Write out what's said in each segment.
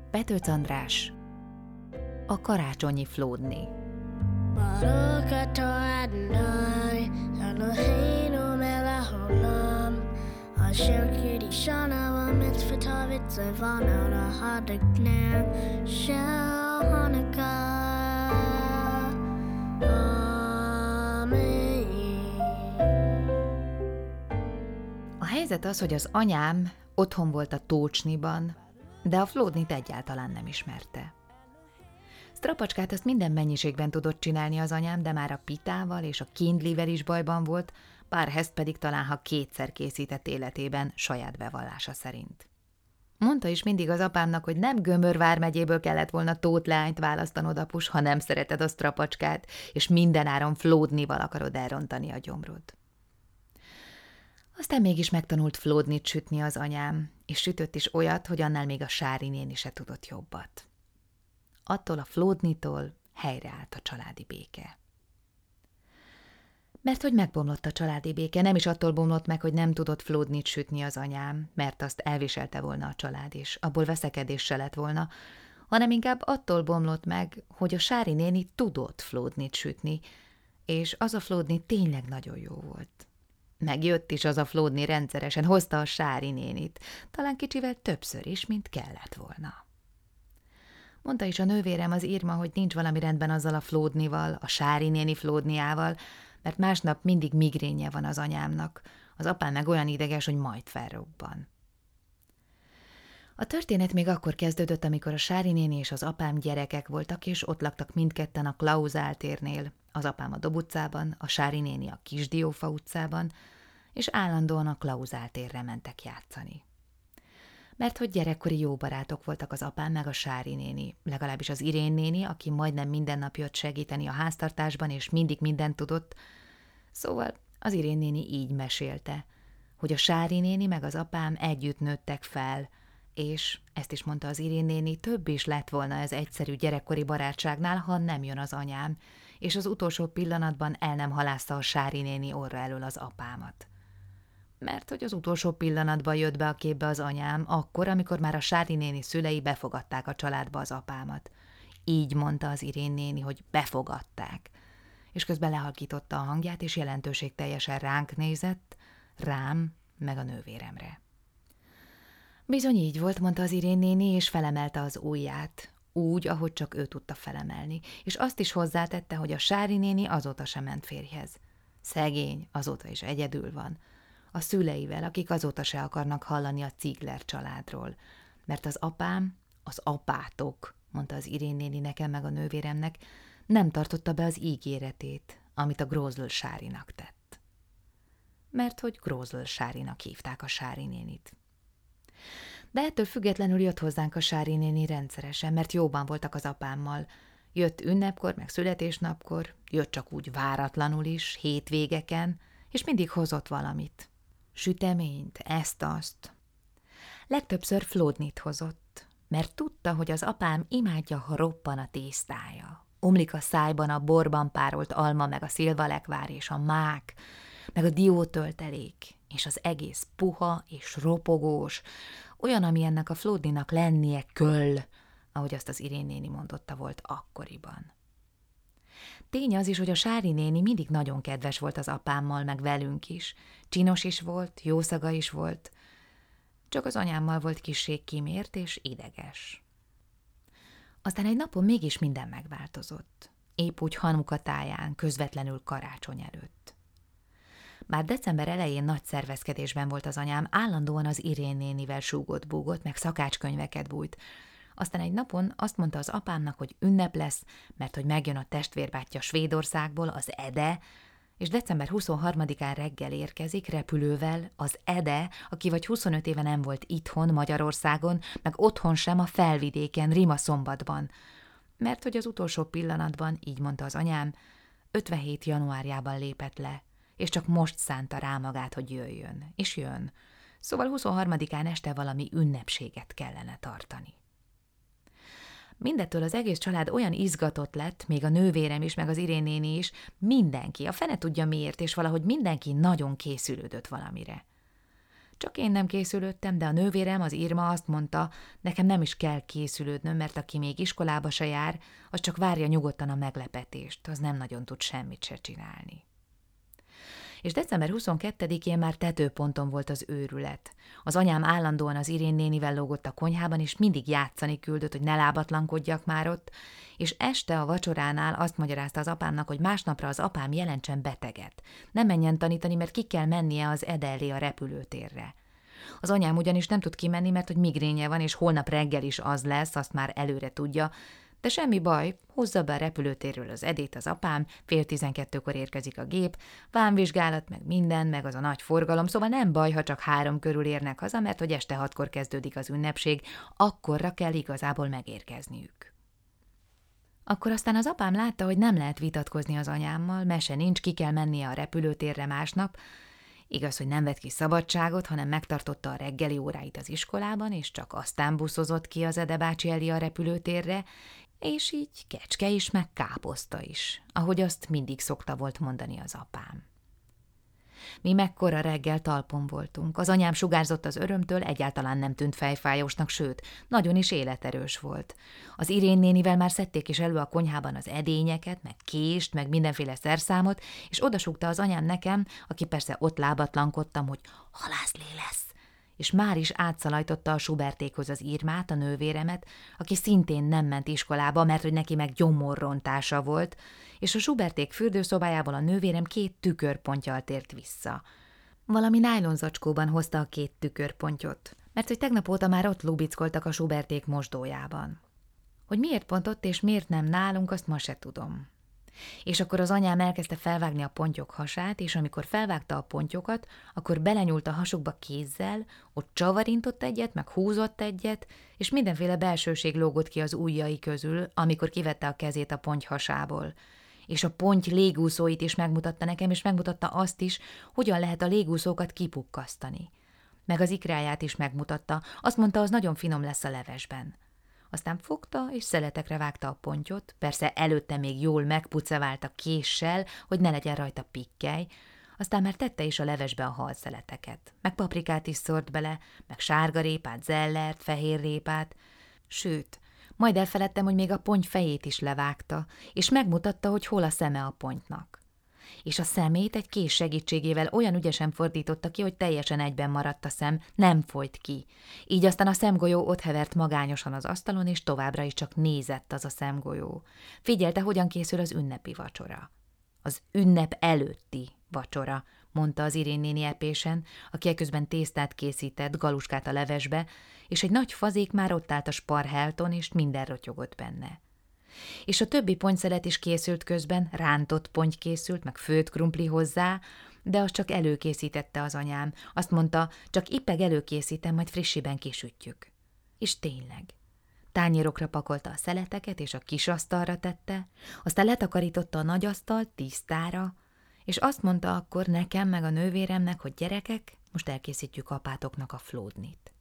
Petőc András, a karácsonyi flódni. A helyzet az, hogy az anyám otthon volt a Tócsniban, de a flódnit egyáltalán nem ismerte. Strapacskát azt minden mennyiségben tudott csinálni az anyám, de már a pitával és a kindlivel is bajban volt, párhezt pedig talán ha kétszer készített életében saját bevallása szerint. Mondta is mindig az apámnak, hogy nem Gömör vármegyéből kellett volna Tóth leányt választanod, apus, ha nem szereted a strapacskát, és mindenáron flódnival akarod elrontani a gyomrod. Aztán mégis megtanult flódnit sütni az anyám, és sütött is olyat, hogy annál még a Sári néni se tudott jobbat. Attól a flódnitól helyreállt a családi béke. Mert hogy megbomlott a családi béke, nem is attól bomlott meg, hogy nem tudott flódnit sütni az anyám, mert azt elviselte volna a család is, abból veszekedés se lett volna, hanem inkább attól bomlott meg, hogy a Sári néni tudott flódnit sütni, és az a flódni tényleg nagyon jó volt. Megjött is az a flódni rendszeresen, hozta a Sári nénit, talán kicsivel többször is, mint kellett volna. Mondta is a nővérem, az Irma, hogy nincs valami rendben azzal a flódnival, a Sári néni flódniával, mert másnap mindig migrénje van az anyámnak, az apám meg olyan ideges, hogy majd felrobban. A történet még akkor kezdődött, amikor a Sári néni és az apám gyerekek voltak, és ott laktak mindketten a Klauzál térnél, az apám a Dob utcában, a Sári néni a Kisdiófa utcában, és állandóan a Klauzál térre mentek játszani. Mert hogy gyerekkori jó barátok voltak az apám meg a Sári néni, legalábbis az Irén néni, aki majdnem minden nap jött segíteni a háztartásban, és mindig mindent tudott. Szóval az Irén néni így mesélte, hogy a Sári néni meg az apám együtt nőttek fel, és, ezt is mondta az Irén néni, több is lett volna ez egyszerű gyerekkori barátságnál, ha nem jön az anyám, és az utolsó pillanatban el nem halászta a Sári néni orra elől az apámat. Mert hogy az utolsó pillanatban jött be a képbe az anyám, akkor, amikor már a Sári néni szülei befogadták a családba az apámat. Így mondta az Irén néni, hogy befogadták. És közben lehalkította a hangját, és jelentőségteljesen ránk nézett, rám, meg a nővéremre. Bizony így volt, mondta az Irén néni, és felemelte az ujját, úgy, ahogy csak ő tudta felemelni, és azt is hozzátette, hogy a Sári néni azóta sem ment férjhez. Szegény, azóta is egyedül van. A szüleivel, akik azóta se akarnak hallani a Ziegler családról. Mert az apám, az apátok, mondta az Irén néni nekem meg a nővéremnek, nem tartotta be az ígéretét, amit a Grózl Sárinak tett. Mert hogy Grózl Sárinak hívták a Sári nénit. De ettől függetlenül jött hozzánk a Sári néni rendszeresen, mert jóban voltak az apámmal. Jött ünnepkor, meg születésnapkor, jött csak úgy váratlanul is, hétvégeken, és mindig hozott valamit. Süteményt, ezt-azt. Legtöbbször flódnit hozott, mert tudta, hogy az apám imádja, ha roppan a tésztája. Omlik a szájban a borban párolt alma, meg a szilvalekvár és a mák, meg a diótöltelék, és az egész puha és ropogós, olyan, ami ennek a flódninak lennie köll, ahogy azt az Irén néni mondotta volt akkoriban. Tény az is, hogy a Sári néni mindig nagyon kedves volt az apámmal, meg velünk is. Csinos is volt, jószaga is volt, csak az anyámmal volt kissé kimért és ideges. Aztán egy napon mégis minden megváltozott. Épp úgy Hanuka táján, közvetlenül karácsony előtt. Már december elején nagy szervezkedésben volt az anyám, állandóan az Irén nénivel súgott-búgott, meg szakácskönyveket bújt. Aztán egy napon azt mondta az apámnak, hogy ünnep lesz, mert hogy megjön a testvérbátyja Svédországból, az Ede, és december 23-án reggel érkezik repülővel az Ede, aki vagy 25 éve nem volt itthon Magyarországon, meg otthon sem a Felvidéken, Rimaszombatban. Mert hogy az utolsó pillanatban, így mondta az anyám, 57 januárjában lépett le, és csak most szánta rá magát, hogy jöjjön, és jön. Szóval 23-án este valami ünnepséget kellene tartani. Mindettől az egész család olyan izgatott lett, még a nővérem is, meg az Irén néni is, mindenki, a fene tudja miért, és valahogy mindenki nagyon készülődött valamire. Csak én nem készülődtem, de a nővérem, az Irma azt mondta, nekem nem is kell készülődnöm, mert aki még iskolába se jár, az csak várja nyugodtan a meglepetést, az nem nagyon tud semmit se csinálni. És december 22-én már tetőponton volt az őrület. Az anyám állandóan az Irén nénivel lógott a konyhában, és mindig játszani küldött, hogy ne lábatlankodjak már ott, és este a vacsoránál azt magyarázta az apámnak, hogy másnapra az apám jelentsen beteget. Ne menjen tanítani, mert ki kell mennie az Ede elé a repülőtérre. Az anyám ugyanis nem tud kimenni, mert hogy migrénye van, és holnap reggel is az lesz, azt már előre tudja, de semmi baj, hozza be a repülőtérről az Edét az apám, 11:30 érkezik a gép, vámvizsgálat, meg minden, meg az a nagy forgalom, szóval nem baj, ha csak 3 körül érnek haza, mert hogy este 6-kor kezdődik az ünnepség, akkorra kell igazából megérkezniük. Akkor aztán az apám látta, hogy nem lehet vitatkozni az anyámmal, mese nincs, ki kell mennie a repülőtérre másnap. Igaz, hogy nem vett ki szabadságot, hanem megtartotta a reggeli óráit az iskolában, és csak aztán buszozott ki az Ede bácsi elé a repülőtérre, és így kecske is, meg káposzta is, ahogy azt mindig szokta volt mondani az apám. Mi mekkora reggel talpon voltunk. Az anyám sugárzott az örömtől, egyáltalán nem tűnt fejfájósnak, sőt, nagyon is életerős volt. Az Irén nénivel már szedték is elő a konyhában az edényeket, meg kést, meg mindenféle szerszámot, és odasúgta az anyám nekem, aki persze ott lábatlankodtam, hogy halászlé lesz, és már is átszalajtotta a Subertékhoz az Irmát, a nővéremet, aki szintén nem ment iskolába, mert hogy neki meg gyomorrontása volt, és a Suberték fürdőszobájából a nővérem 2 tükörponttyal tért vissza. Valami nájlonzacskóban hozta a 2 tükörpontyot, mert hogy tegnap óta már ott lubickoltak a Suberték mosdójában. Hogy miért pont ott és miért nem nálunk, azt ma se tudom. És akkor az anyám elkezdte felvágni a pontyok hasát, és amikor felvágta a pontyokat, akkor belenyúlt a hasukba kézzel, ott csavarintott egyet, meg húzott egyet, és mindenféle belsőség lógott ki az ujjai közül, amikor kivette a kezét a ponty hasából. És a ponty légúszóit is megmutatta nekem, és megmutatta azt is, hogyan lehet a légúszókat kipukkasztani. Meg az ikráját is megmutatta, azt mondta, az nagyon finom lesz a levesben. Aztán fogta és szeletekre vágta a pontyot, persze előtte még jól megpucevált késsel, hogy ne legyen rajta pikkely, aztán már tette is a levesbe a halszeleteket, meg paprikát is szort bele, meg sárgarépát, zellert, fehérrépát, sőt, majd elfeledtem, hogy még a ponty fejét is levágta, és megmutatta, hogy hol a szeme a pontynak. És a szemét egy kés segítségével olyan ügyesen fordította ki, hogy teljesen egyben maradt a szem, nem folyt ki. Így aztán a szemgolyó ott hevert magányosan az asztalon, és továbbra is csak nézett az a szemgolyó. Figyelte, hogyan készül az ünnepi vacsora. Az ünnep előtti vacsora, mondta az Irén néni epésen, aki eközben tésztát készített, galuskát a levesbe, és egy nagy fazék már ott állt a sparhelton, és minden rotyogott benne. És a többi pontszelet is készült közben, rántott ponty készült, meg főtt krumpli hozzá, de azt csak előkészítette az anyám. Azt mondta, csak ipeg előkészítem, majd frissiben kisütjük. És tényleg. Tányérokra pakolta a szeleteket, és a kis asztalra tette, aztán letakarította a nagy asztalt tisztára, és azt mondta akkor nekem meg a nővéremnek, hogy gyerekek, most elkészítjük apátoknak a flódnit.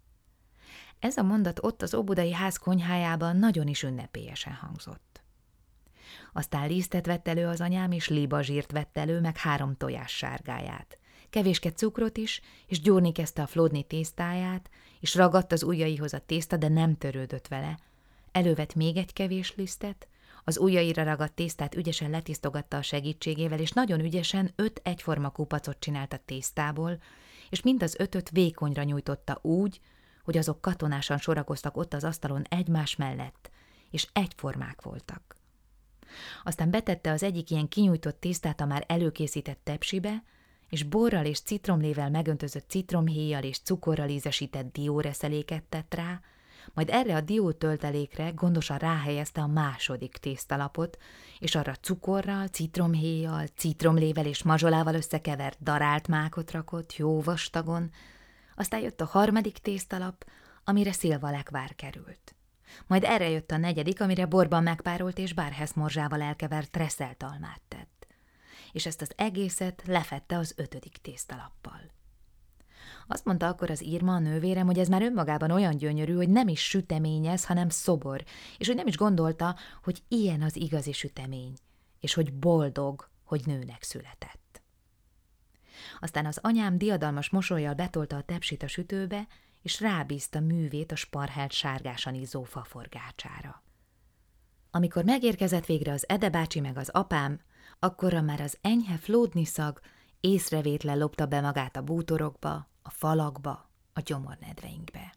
Ez a mondat ott az óbudai ház konyhájában nagyon is ünnepélyesen hangzott. Aztán lisztet vett elő az anyám, és libazsírt vett elő, meg 3 tojás sárgáját. Kevéske cukrot is, és gyúrni kezdte a flódni tésztáját, és ragadt az ujjaihoz a tészta, de nem törődött vele. Elővett még egy kevés lisztet, az ujjaira ragadt tésztát ügyesen letisztogatta a segítségével, és nagyon ügyesen 5 egyforma kupacot csinált a tésztából, és mind az 5-öt vékonyra nyújtotta úgy, hogy azok katonásan sorakoztak ott az asztalon egymás mellett, és egyformák voltak. Aztán betette az egyik ilyen kinyújtott tésztát a már előkészített tepsibe, és borral és citromlével megöntözött citromhéjjal és cukorral ízesített dióreszeléket tett rá, majd erre a diótöltelékre gondosan ráhelyezte a második tésztalapot, és arra cukorral, citromhéjjal, citromlével és mazsolával összekevert darált mákot rakott, jó vastagon. Aztán jött a harmadik tésztalap, amire szilvalekvár került. Majd erre jött a negyedik, amire borban megpárolt és bárheszmorzsával elkevert treszelt almát tett. És ezt az egészet lefette az 5. tésztalappal. Azt mondta akkor az Irma, a nővérem, hogy ez már önmagában olyan gyönyörű, hogy nem is sütemény ez, hanem szobor, és hogy nem is gondolta, hogy ilyen az igazi sütemény, és hogy boldog, hogy nőnek született. Aztán az anyám diadalmas mosollyal betolta a tepsit a sütőbe, és rábízta művét a sparhelt sárgásan izzó faforgácsára. Amikor megérkezett végre az Ede bácsi meg az apám, akkorra már az enyhe flódni szag észrevétlen lopta be magát a bútorokba, a falakba, a gyomornedveinkbe.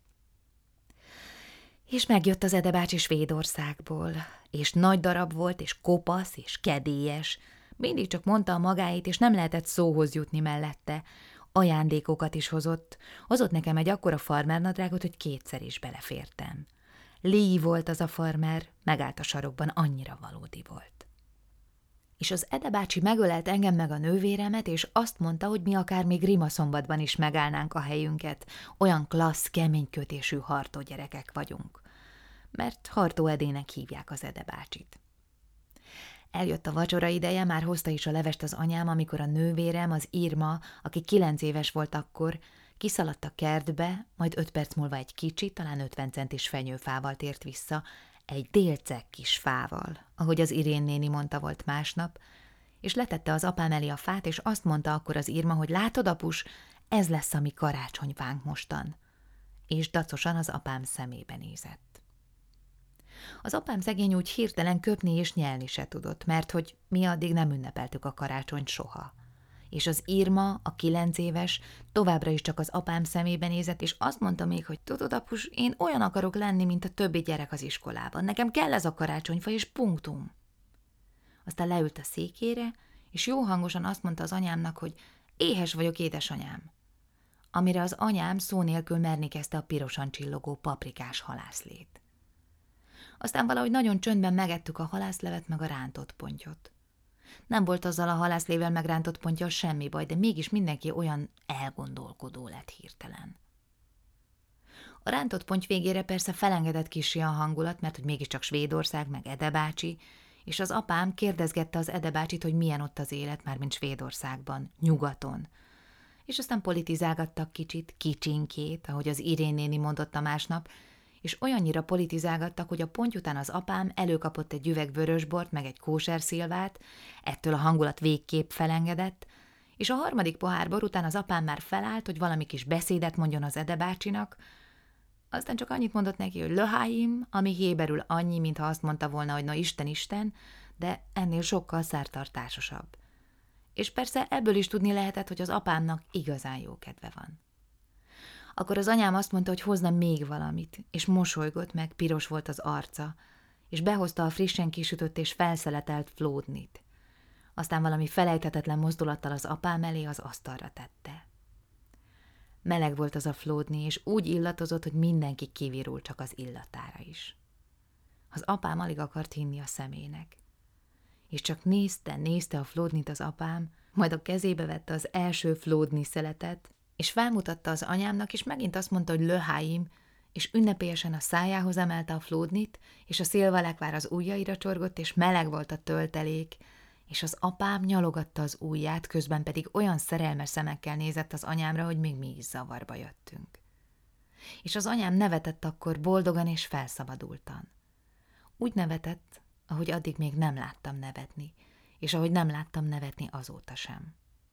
És megjött az Ede bácsi Svédországból, és nagy darab volt, és kopasz, és kedélyes, mindig csak mondta a magáit, és nem lehetett szóhoz jutni mellette. Ajándékokat is hozott nekem egy akkora farmernadrágot, hogy 2-szer is belefértem. Lee volt az a farmer, megállt a sarokban, annyira valódi volt. És az Ede bácsi megölelt engem meg a nővéremet, és azt mondta, hogy mi akár még Rimaszombatban is megállnánk a helyünket, olyan klassz, keménykötésű Hartó gyerekek vagyunk. Mert Hartó Edének hívják az Ede bácsit. Eljött a vacsora ideje, már hozta is a levest az anyám, amikor a nővérem, az Irma, aki 9 éves volt akkor, kiszaladt a kertbe, majd 5 perc múlva egy kicsi, talán 50 centis fenyőfával tért vissza, egy délceg kis fával, ahogy az Irén néni mondta volt másnap, és letette az apám elé a fát, és azt mondta akkor az Irma, hogy látod, apus, ez lesz a mi karácsonyfánk mostan. És dacosan az apám szemébe nézett. Az apám szegény úgy hirtelen köpni és nyelni se tudott, mert hogy mi addig nem ünnepeltük a karácsonyt soha. És az Irma, a 9 éves, továbbra is csak az apám szemébe nézett, és azt mondta még, hogy tudod, apus, én olyan akarok lenni, mint a többi gyerek az iskolában. Nekem kell ez a karácsonyfa, és punktum. Aztán leült a székére, és jó hangosan azt mondta az anyámnak, hogy éhes vagyok, édesanyám. Amire az anyám szó nélkül merni kezdte a pirosan csillogó paprikás halászlét. Aztán valahogy nagyon csöndben megettük a halászlevet meg a rántott pontyot. Nem volt azzal a halászlével megrántott pontja semmi baj, de mégis mindenki olyan elgondolkodó lett hirtelen. A rántott ponty végére persze felengedett kissé a hangulat, mert hogy mégiscsak Svédország, meg Ede bácsi, és az apám kérdezgette az Ede bácsit, hogy milyen ott az élet, mármint Svédországban, nyugaton. És aztán politizálgattak kicsit, kicsinkét, ahogy az Irén néni mondotta másnap, és olyannyira politizálgattak, hogy a ponty után az apám előkapott egy üveg vörösbort, meg egy kóserszilvát, ettől a hangulat végképp felengedett, és a 3. pohár bor után az apám már felállt, hogy valami kis beszédet mondjon az Ede bácsinak, aztán csak annyit mondott neki, hogy löháim, ami héberül annyi, mintha azt mondta volna, hogy na Isten, Isten, de ennél sokkal szertartásosabb. És persze ebből is tudni lehetett, hogy az apámnak igazán jó kedve van. Akkor az anyám azt mondta, hogy hozna még valamit, és mosolygott meg, piros volt az arca, és behozta a frissen kisütött és felszeletelt flódnit. Aztán valami felejthetetlen mozdulattal az apám elé az asztalra tette. Meleg volt az a flódni, és úgy illatozott, hogy mindenki kivirul csak az illatára is. Az apám alig akart hinni a szemének. És csak nézte a flódnit az apám, majd a kezébe vette az első flódni szeletet, és felmutatta az anyámnak, és megint azt mondta, hogy löháim, és ünnepélyesen a szájához emelte a flódnit, és a szilvalekvár az ujjaira csorgott, és meleg volt a töltelék, és az apám nyalogatta az ujját, közben pedig olyan szerelmes szemekkel nézett az anyámra, hogy még mi is zavarba jöttünk. És az anyám nevetett akkor boldogan és felszabadultan. Úgy nevetett, ahogy addig még nem láttam nevetni, és ahogy nem láttam nevetni azóta sem.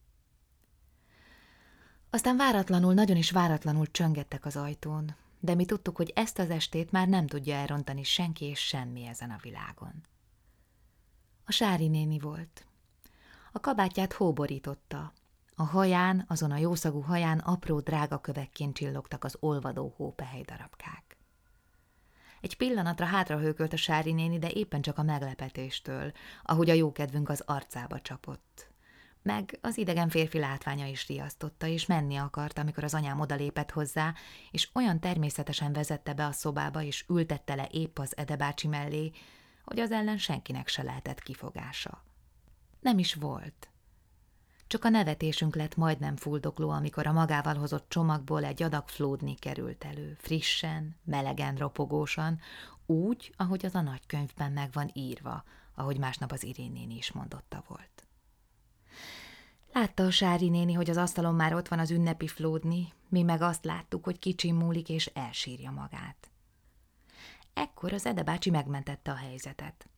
Aztán váratlanul, nagyon is váratlanul csöngettek az ajtón, de mi tudtuk, hogy ezt az estét már nem tudja elrontani senki és semmi ezen a világon. A Sári néni volt. A kabátját hóborította. A haján, azon a jószagú haján apró drága kövekként csillogtak az olvadó hópehely darabkák. Egy pillanatra hátrahőkölt a Sári néni, de éppen csak a meglepetéstől, ahogy a jókedvünk az arcába csapott. Meg az idegen férfi látványa is riasztotta, és menni akart, amikor az anyám odalépett hozzá, és olyan természetesen vezette be a szobába, és ültette le épp az Ede bácsi mellé, hogy az ellen senkinek se lehetett kifogása. Nem is volt. Csak a nevetésünk lett majdnem fuldokló, amikor a magával hozott csomagból egy adag flódni került elő, frissen, melegen, ropogósan, úgy, ahogy az a nagykönyvben meg van írva, ahogy másnap az Irén néni is mondotta volt. Látta a Sári néni, hogy az asztalon már ott van az ünnepi flódni, mi meg azt láttuk, hogy kicsin múlik és elsírja magát. Ekkor az Ede bácsi megmentette a helyzetet.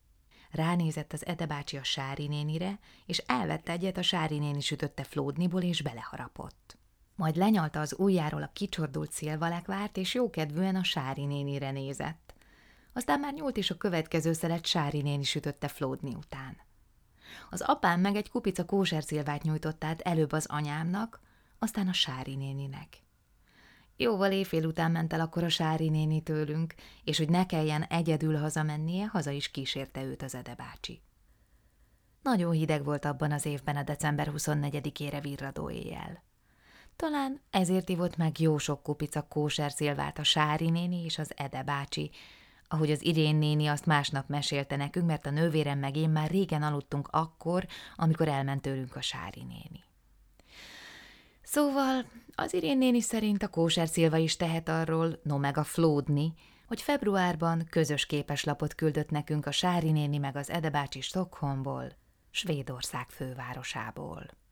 Ránézett az Ede bácsi a Sári nénire, és elvette egyet a Sári néni sütötte flódniból, és beleharapott. Majd lenyalta az ujjáról a kicsordult szilvalekvárt, és jókedvűen a Sári nénire nézett. Aztán már nyúlt is a következő szelet Sári néni sütötte flódni után. Az apám meg egy kupica kóserszilvát nyújtott át előbb az anyámnak, aztán a Sári néninek. Jóval éjfél után ment el akkor a Sári néni tőlünk, és hogy ne kelljen egyedül hazamennie, haza is kísérte őt az Ede bácsi. Nagyon hideg volt abban az évben a december 24-ére virradó éjjel. Talán ezért ivott meg jó sok kupica kóserszilvát a Sári néni és az Ede bácsi, ahogy az Irén néni azt másnap mesélte nekünk, mert a nővérem meg én már régen aludtunk akkor, amikor elment tőlünk a Sári néni. Szóval az Irén néni szerint a kóserszilva is tehet arról, no meg a flódni, hogy februárban közös képeslapot küldött nekünk a Sári néni meg az Ede bácsi Stockholmból, Svédország fővárosából.